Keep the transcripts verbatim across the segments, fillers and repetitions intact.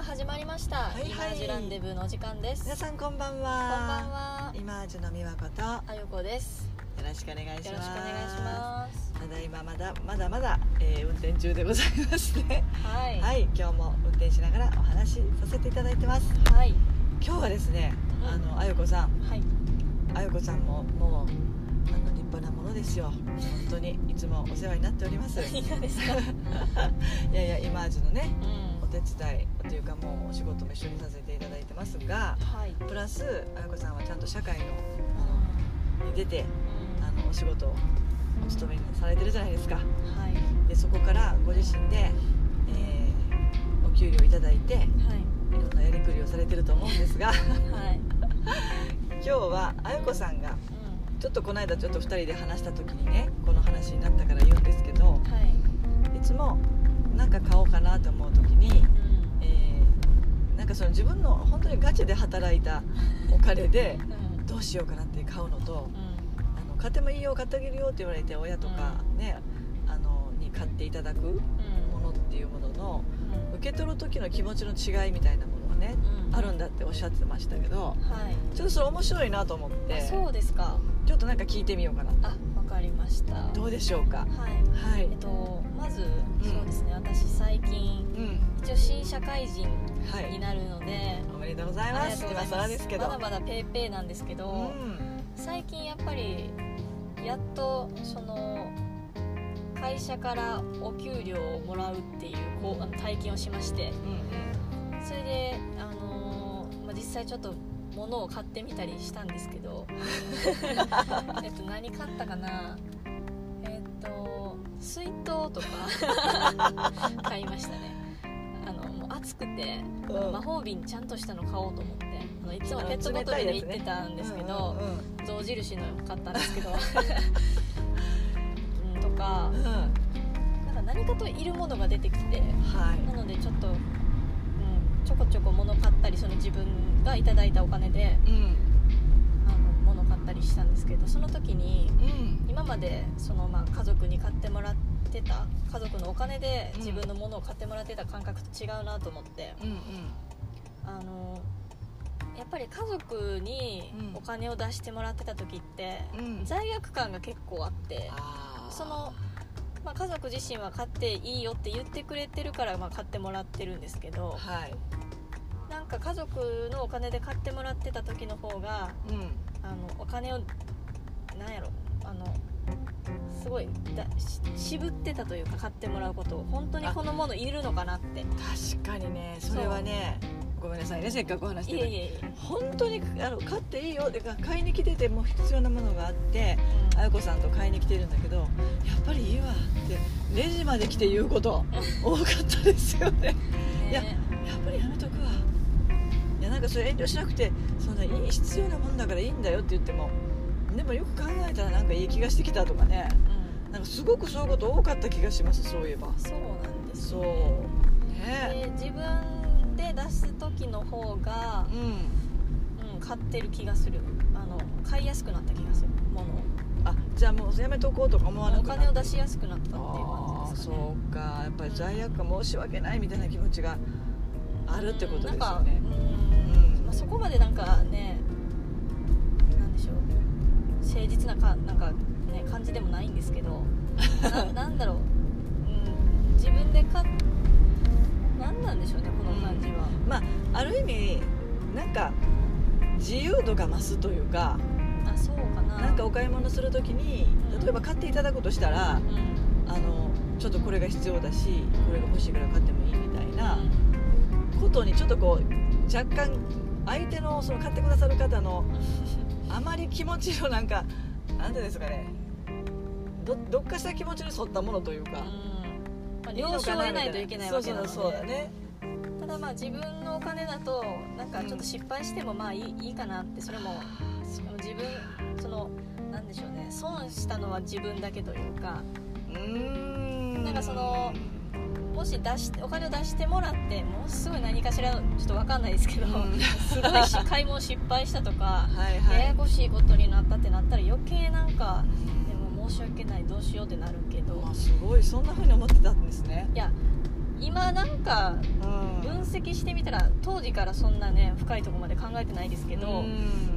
始まりました、はいはい、イマージュランデブーのお時間です。 皆さんこんばんは。 こんばんは。 イマージュの美和子とあゆこです。 よろしくお願いします。 よろしくお願いします。 ただいままだまだまだ、えー、運転中でございますね。 はい、 はい、今日も運転しながらお話しさせていただいてます。 はい、 今日はですね、うん、あのあゆこさん、 はい、 あゆこさんももうあの立派なものですよ。本当にいつもお世話になっております。 いかがですか？ いやいや、イマージュのね、 うん、 お手伝いというかもうお仕事も一緒にさせていただいてますが、はい、プラスあゆこさんはちゃんと社会の、うん、に出て、うん、あのお仕事をお勤めにされてるじゃないですか。はい、でそこからご自身で、えー、お給料いただいて、はい、いろんなやりくりをされてると思うんですが、はい、今日はあゆこさんが、うん、ちょっとこの間ちょっとふたりで話した時にね、この話になったから言うんですけど、はい、いつもなんか買おうかなと思う時に、うん、えー、なんかその自分の本当にガチで働いたお金でどうしようかなって買うのと、うん、あの買ってもいいよ買ってあげるよって言われて親とか、ね、うん、あのに買っていただくものっていうものの、うん、受け取る時の気持ちの違いみたいなものはね、うん、あるんだっておっしゃってましたけど、はい、ちょっとそれ面白いなと思って。 そうですか。 ちょっとなんか聞いてみようかなと。 あ、わかりました。 どうでしょうか。はい、 はい、えっとまず、うん、そうですね、私最近、うん、一応新社会人になるので、はい、 おめでとうございます。今更ですけど、 まだまだペーペーなんですけど、うん、最近やっぱりやっとその会社からお給料をもらうっていう、こうあの体験をしまして、うんうん、それであのーまあ、実際ちょっと物を買ってみたりしたんですけどえっと何買ったかな、えっと水筒とか買いましたね。あのもう暑くて、うん、魔法瓶ちゃんとしたの買おうと思って、あのいつもペットボトルで行ってたんですけど、ね、うんうん、象印の買ったんですけど、うん、とか、うん、なんか何かといるものが出てきて、はい、なのでちょっと、うん、ちょこちょこ物買ったり、その自分がいただいたお金で、うん、あの物買ったりしたんですけど、その時に、うん、今までその、まあ、家族に買ってもらってた、家族のお金で自分のものを買ってもらってた感覚と違うなと思って、うんうん、あのやっぱり家族にお金を出してもらってた時って、うん、罪悪感が結構あって、あ、その、まあ、家族自身は買っていいよって言ってくれてるから、まあ、買ってもらってるんですけど、はい、なんか家族のお金で買ってもらってた時の方が、うん、あのお金をなんやろ、あのすごいだ し, 渋ってたというか、買ってもらうことを本当にこのものいるのかなって。 確かにね、それはね、ごめんなさいね、せっかく話してる。いえいえ、本当にあの買っていいよってか、買いに来てても必要なものがあって、あゆこさんと買いに来てるんだけど、やっぱりいいわってレジまで来て言うこと多かったですよね。いや、やっぱりやめとくわ、いやなんかそれ遠慮しなくて、そんないい必要なもんだからいいんだよって言っても、でもよく考えたらなんかいい気がしてきたとかね、うん、なんかすごくそういうこと多かった気がします。そういえばそうなんですよね。 そうね、 で自分で出す時の方が、うんうん、買ってる気がする。あの買いやすくなった気がするものを。 あ、じゃあもうやめとこうとか思わなくなった、お金を出しやすくなったっていう感じですかね。 そうか、やっぱり罪悪感、申し訳ないみたいな気持ちがあるってことですよね。 うん、うん、まあ、そこまでなんかね、なんでしょう、誠実なかなんか、ね、感じでもないんですけどな, なんだろう、うん、自分で買っなんなんでしょうね、この感じは。 うん、まあある意味なんか自由度が増すというか、 あ、そうかな。 なんかお買い物するときに、例えば買っていただくとしたら、うん、あのちょっとこれが必要だし、これが欲しいから買ってもいいみたいなことに、ちょっとこう若干相手のその買ってくださる方のあまり気持ちのなんかなんていうんですかね、 ど, どっかした気持ちに沿ったものというか、うん、 まあ、了承を得ないといけないわけなので、 そうそうそうだね。 ただまあ自分のお金だとなんかちょっと失敗してもまあい い,、うん、いいかなって、それも自分、そのなんでしょうね、損したのは自分だけというか、うーん、なんかそのもし出してお金を出してもらってものすごい何かしらちょっと分かんないですけど、うん、すごいし買い物失敗したとかはい、はい、ややこしいことになったってなったら余計なんかでも申し訳ないどうしようってなるけど、 まあ、すごいそんな風に思ってたんですね。 いや今なんか分析してみたら、当時からそんなね深いところまで考えてないですけど、うん、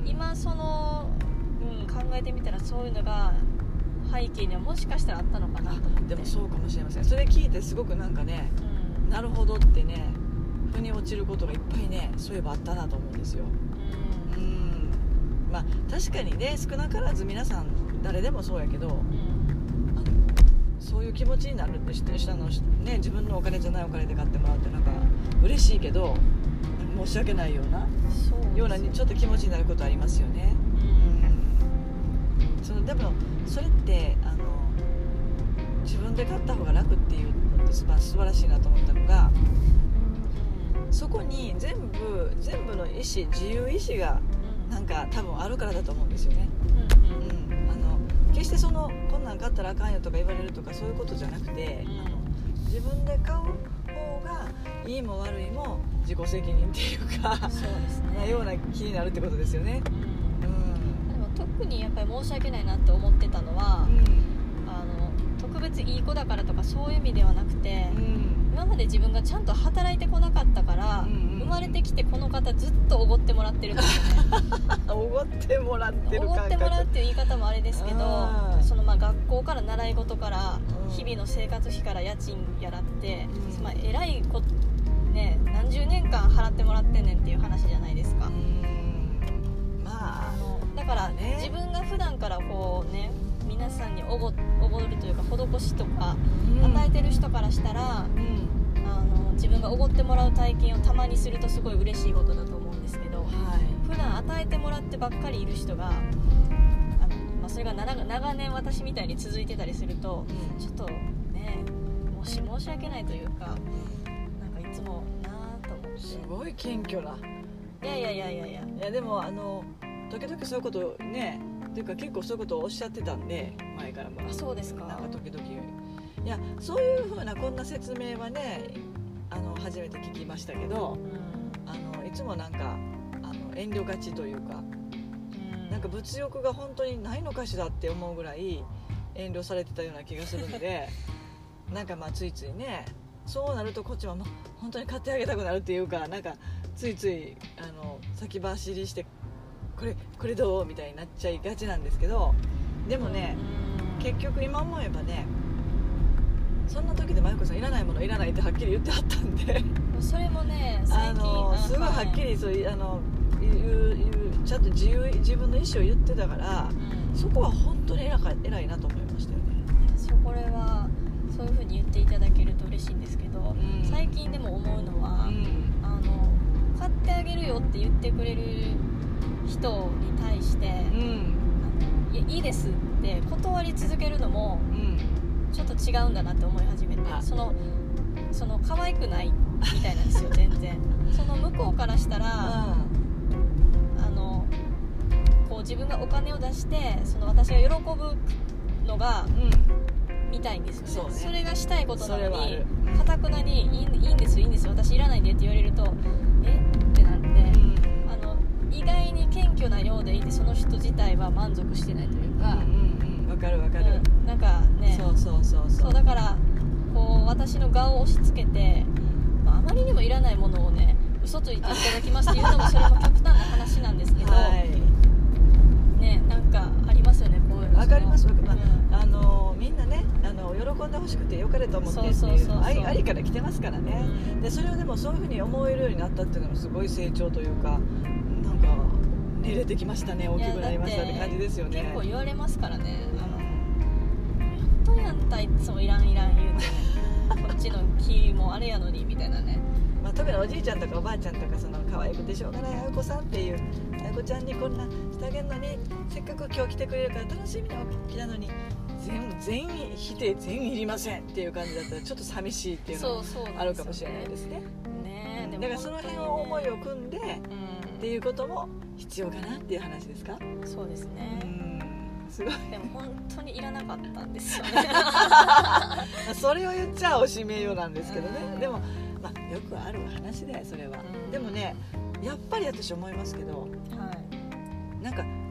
今その、うん、考えてみたらそういうのが背景にはもしかしたらあったのかなと思って。 でもそうかもしれません。それ聞いてすごくなんかね、うん、なるほどってね腑に落ちることがいっぱいねそういえばあったなと思うんですよ。うん、うん、まあ確かにね少なからず皆さん誰でもそうやけど、うん、あのそういう気持ちになるって知ってる人の、ね、自分のお金じゃないお金で買ってもらうってなんか嬉しいけど申し訳ないようなようなちょっと気持ちになることありますよね。うん、そのでもそれってあの自分で買った方が楽っていうのって素晴らしいなと思ったのが、そこに全部全部の意思自由意志がなんか多分あるからだと思うんですよね。うんうん、あの決してそのこんなん買ったらあかんよとか言われるとかそういうことじゃなくて、うん、あの自分で買う方がいいも悪いも自己責任っていうかそうですねなような気になるってことですよね。うんうん、 でも特にやっぱり申し訳ないなって思ってたのは、うん、あの特別いい子だからとかそういう意味ではなくて、うん、今まで自分がちゃんと働いてこなかったから、うんうん、生まれてきてこの方ずっとおごってもらってるんですよね。 おごってもらってる感覚、 おごってもらうっていう言い方もあれですけど、そのまあ学校から習い事から日々の生活費から家賃やらって、うんまあ、えらいこ、ね、何十年間払ってもらってんねんっていう話じゃないですか。うん、まあ、あのだから、ね、自分が普段からこうね皆さんにおご、おごるというか施しとか与えてる人からしたら、うん、あの自分がおごってもらう体験をたまにするとすごい嬉しいことだと思うんですけど、はい、普段与えてもらってばっかりいる人があの、まあ、それが長, 長年私みたいに続いてたりすると、うん、ちょっとねもし申し訳ないというか、なんかいつもなぁと思って。 すごい謙虚な。 いやいやいやいやいやいやでもあの時々そういうことねというか結構そういうことをおっしゃってたんで前からも。 あ、そうですか。 なんか時々いやそういう風なこんな説明はねあの初めて聞きましたけど、うん、あのいつもなんかあの遠慮がちというか、うん、なんか物欲が本当にないのかしらって思うぐらい遠慮されてたような気がするのでなんかまあついついねそうなるとこっちはもう本当に買ってあげたくなるっていうか、なんかついついあの先走りしてこれこれどうみたいになっちゃいがちなんですけど、でもね、うん、結局今思えばねそんな時でまゆこさんいらないものいらないってはっきり言ってはったんでそれもね最近あのすごいはっきりそうあの言う言うちゃんと自由自分の意思を言ってたから、うん、そこは本当に偉か偉いなと思いましたよね。 そうこれはそういう風に言っていただけると嬉しいんですけど、うん、最近でも思うのは、うん、あの買ってあげるよって言ってくれる人に対して、うん、あのいやいいですって断り続けるのも、うんちょっと違うんだなって思い始めて、そのその可愛くないみたいなんですよ全然その向こうからしたら、うん、あのこう自分がお金を出してその私が喜ぶのが、うん、見たいんですよ ね, そうねそれがしたいことなのにかたくなにい い, いいんですいいんです私いらないんでって言われるとえってなって、うん、あの意外に謙虚なようでいてその人自体は満足してないというか、うんうんわかるわかる、 うん、なんかねそうそうそうそうそうだからこう私の顔を押し付けて、まあ、あまりにもいらないものをね嘘ついていただきますっていうのもそれも極端な話なんですけど、はい、ねなんかありますよねこういうわかりますわかります、うん、あのみんなねあの喜んでほしくてよかれと思ってっていうありから来てますからね、うん、でそれをでもそういうふうに思えるようになったっていうのもすごい成長というかなんか寝れてきましたね大きくなりましたって感じですよね。 結構言われますからね、あの本当にあんたいつもいらんいらん言うてこっちの気もあれやのにみたいなね、 まあ、特におじいちゃんとかおばあちゃんとかその可愛くてしょうがないあやこさんっていうあやこちゃんにこんなしてあげるのにせっかく今日来てくれるから楽しみに起きたのに全全否定全いりませんっていう感じだったらちょっと寂しいっていうのもあるかもしれないですね。 ねえ、 だからその辺を思いを組んで、うん、っていうことも必要かなっていう話ですか。 そうですね、うんすごいでも本当にいらなかったんですよねそれを言っちゃおしめようなんですけどね、うん、でも、まあ、よくある話だよそれは、うん、でもねやっぱり私思いますけど、はい、なんか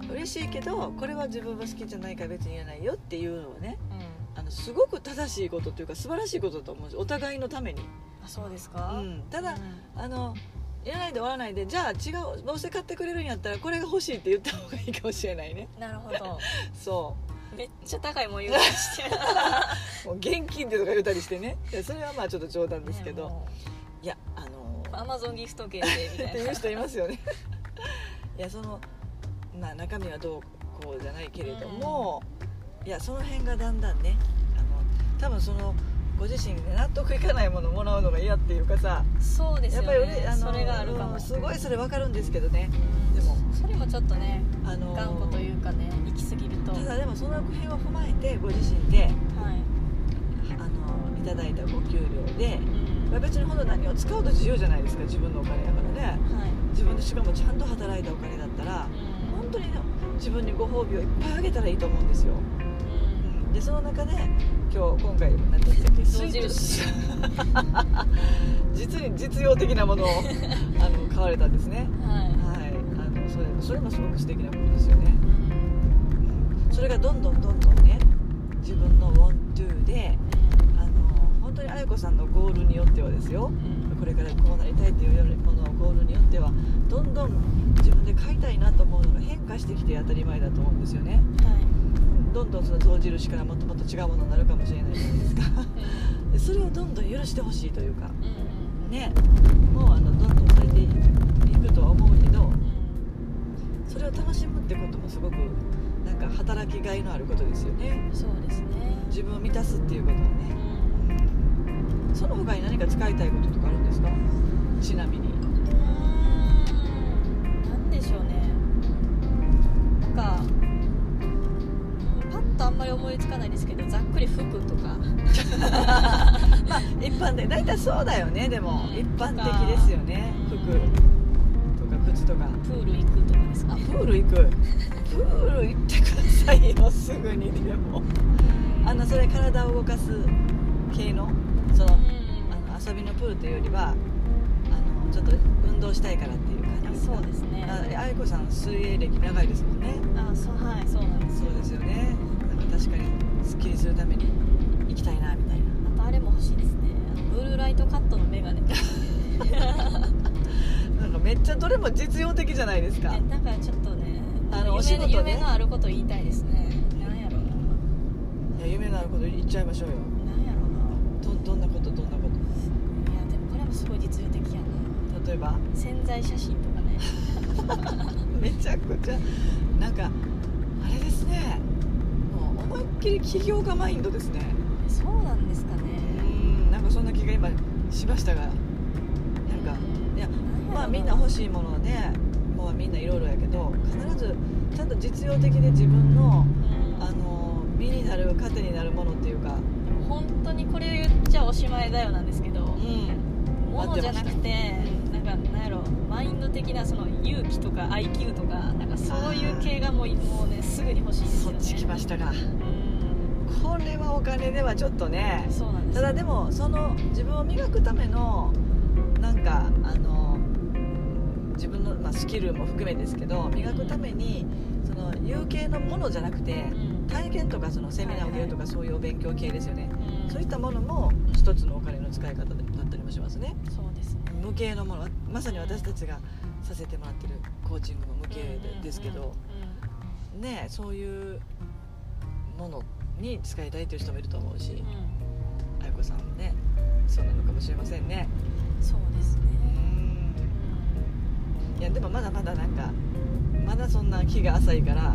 嬉しいけどこれは自分は好きじゃないから別に言えないよっていうのはね、 うん、 あのすごく正しいことというか素晴らしいことだと思うんです、お互いのために。 あ、そうですか、 うん、ただ、 うん、 あのやらないで終わらないで、じゃあ違う、どうせ買ってくれるんやったらこれが欲しいって言った方がいいかもしれないね。 なるほどそうめっちゃ高いもん言うたりしてもう現金でとか言うたりしてね、いやそれはまあちょっと冗談ですけど、 ね、 いやあのアマゾンギフト券でみたいなっていう人いますよねいやその、まあ、中身はどうこうじゃないけれども、うん、いやその辺がだんだんね、あの多分そのご自身で納得いかないものをもらうのが嫌っていうかさ、 そうですよね、 やっぱりあのそれがあるかも、 うん、すごいそれ分かるんですけどね、 うん、 でもそれもちょっとね、 あの頑固というかね、行き過ぎると。 ただでもその辺を踏まえてご自身で、はい、あのいただいたご給料で、うん、別にほんと何を使うと自由じゃないですか、自分のお金だからね、はい、自分でしかもちゃんと働いたお金だったら、うん、本当に、ね、自分にご褒美をいっぱいあげたらいいと思うんですよ、うんうん、でその中で今日今回何だったっけ、スイーツ実に実用的なものをあの買われたんですね、はい、はい、あのそれ、それもすごく素敵なことですよね、うん、それがどんどんどんどんね、自分の want to で、あの本当にあゆこさんのゴールによってはですよ、これからこうなりたいっていうもののゴールによってはどんどん自分で買いたいなと思うのが変化してきて当たり前だと思うんですよね、はい、どんどんその象印からもっともっと違うものになるかもしれないじゃないですかでそれをどんどん許してほしいというか、うん、ね、もうあのどんどんされていくとは思うけど、うん、それを楽しむってこともすごくなんか働きがいのあることですよね。 そうですね、 自分を満たすっていうことはね、うん、その他に何か使いたいこととかあるんですか、ちなみに。うーん、なんでしょうね、なんかパッとあんまり思いつかないですけど、ざっくり服とかまあ一般で大体そうだよね。でも、うん、一般的ですよね、服とか靴とか。 プール行くとかですかね。 プール行くプール行ってくださいよ、すぐに。でもあのそれ体を動かす系のその、うん、あの遊びのプールというよりは、あのちょっと運動したいからっていう感じですか。 そうですね。 あゆこさん水泳歴長いですもんね。 あ、そう、はい、そうなんです。 そうですよね。なんか確かにスッキリするために行きたいなみたいな。 あとあれも欲しいですね、ブルーライトカットのメガネなんかめっちゃどれも実用的じゃないですか。 だからちょっとね、 あのお仕事ね、 夢のあること言いたいですね。なんやろうな。いや、夢のあること言っちゃいましょうよ。 なんやろうな。 どどんなことどんなこと。 いやでもこれもすごい実用的やな。 例えば宣材写真とかねめちゃくちゃなんかあれですね、もう思いっきり起業家マインドですね。 そうなんですかね。 うん、なんかそんな気が今しましたが、なんかいや、まあみんな欲しいもので、もうみんないろいろやけど、必ずちゃんと実用的で自分の、うん、あの身になる糧になるものっていうか。 でも本当にこれを言っちゃおしまいだよなんですけど、うん、ものじゃなくて、なんかなんやろ、マインド的なその勇気とか アイキュー とか、なんかそういう系がもうもうねすぐに欲しいですよね。 そっち来ましたか。うん、これはお金ではちょっとね。 そうなんです。 ただでもその自分を磨くためのなんかあの自分の、まあ、スキルも含めですけど、磨くためにその有形のものじゃなくて、うん、体験とかそのセミナーを受けるとか、そういうお勉強系ですよね、うん、そういったものも一つのお金の使い方だったりもしますね。 そうですね。 無形のもの、まさに私たちがさせてもらってるコーチングも無形ですけど、ね、そういうものに使いたいという人もいると思うし、あゆこさんもねそうなのかもしれませんね。 そうですね。 いやでもまだまだなんかまだそんな気が浅いから、あの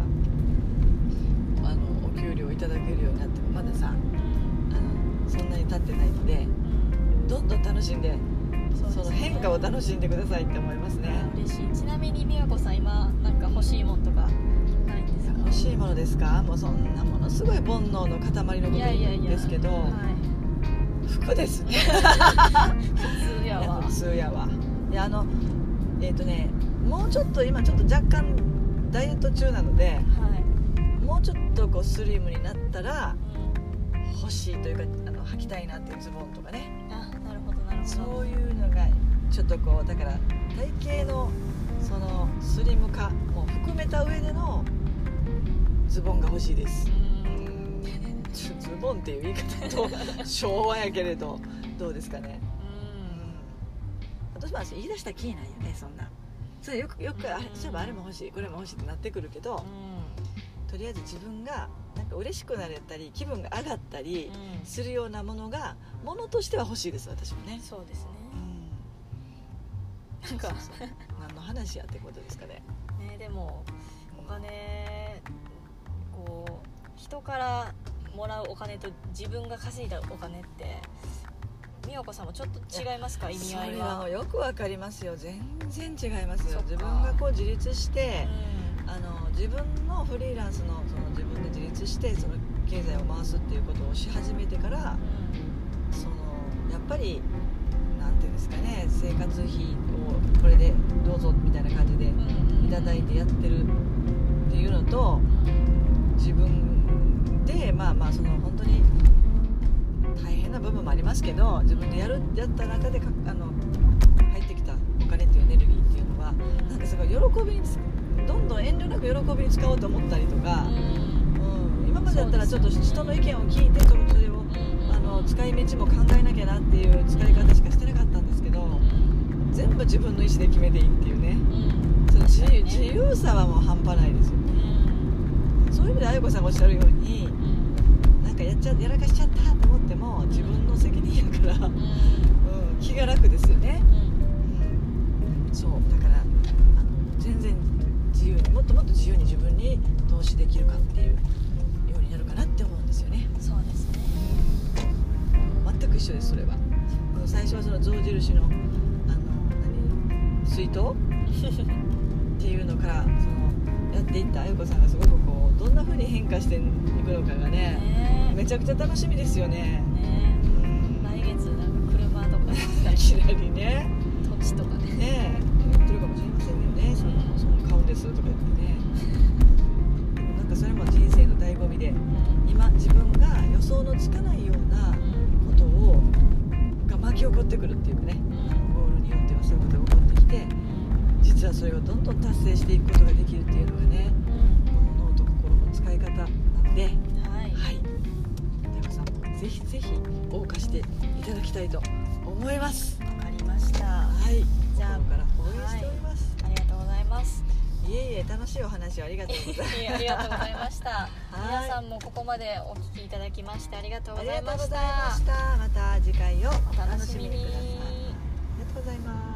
お給料いただけるようになってもまださ、あのそんなに経ってないので、どんどん楽しんで、そ, その変化を楽しんでくださいって思いますね。 嬉しい。ちなみに美和子さん今なんか欲しいものとかないんですか？ 欲しいものですか？もうそんなものすごい煩悩の塊のことですけど、いやいやいや、はい、服ですね普通やわ。 普通やわ。いやあのえっ、ー、とねもうちょっと今ちょっと若干ダイエット中なので、はい、もうちょっとこうスリムになったら、うん、欲しいというかあの履きたいなっていうズボンとかね。 あ、なるほどなるほど。 そういうのがちょっとこうだから体型のそのスリム化も含めた上でのズボンが欲しいです。うんズボンっていう言い方と昭和やけれどどうですかね。うん私は言い出したら気にないよね。そんなそれよくよくあそういえばあれも欲しいこれも欲しいってなってくるけど、とりあえず自分がなんか嬉しくなれたり気分が上がったりするようなものがものとしては欲しいです。私もね。 そうですね、 うん、なんかそうそう何の話やってことですかね。 ねでもお金こう人からもらうお金と自分が稼いだお金って美代子さんもちょっと違いますか？意味合いは。それはもうよくわかりますよ。全然違いますよ。自分がこう自立して、うん、あの自分のフリーランスの、 その自分で自立してその経済を回すっていうことをし始めてから、うん、そのやっぱりなんていうんですかね、生活費をこれでどうぞみたいな感じでいただいてやってるっていうのと、自分でまあまあその本当に大変な部分もありますけど、自分でやるやった中でかあの入ってきたお金っていうエネルギーっていうのはなんかすごい喜びにどんどん遠慮なく喜びに使おうと思ったりとか、うんうん、今までだったらちょっと人の意見を聞いてそれをあの使い道も考えなきゃなっていう使い方しかしてなかったんですけど、全部自分の意思で決めていいっていうね、その自由、自由さはもう半端ないですよね。そういう意味であゆこさんがおっしゃるようになんかやっちゃやらかしちゃったと思っても自分の責任やから、うん、気が楽ですよね、うん、そうだからあの全然自由にもっともっと自由に自分に投資できるかっていうようになるかなって思うんですよね。 そうですね、 全く一緒です。それは最初はその象印のあの何水筒っていうのからそのやっていったあゆこさんがすごくこうどんな風に変化していくのかが ね, ねめちゃくちゃ楽しみですよ ね, ね、うん、来月なんか車とかいきなりね土地とかねね言ってるかもしれませんよね、うん、そのその買うんですとか言ってねなんかそれも人生の醍醐味で、うん、今自分が予想のつかないようなことをが巻き起こってくるっていうかね、うん、ゴールによってはそういうことが起こってきて、実はそれをどんどん達成していくことができるっていうのがね、うん、この脳と心の使い方なんで、はい、はい、ではさんもぜひぜひ謳歌していただきたいと思います。 わかりました。はい、 じゃあ心から応援しております、 はい、ありがとうございます。 いえいえ楽しいお話をありがとうございますありがとうございました皆さんもここまでお聞きいただきましてありがとうございました。 ありがとうございました。また次回をおお楽しみに。 ください。ありがとうございます。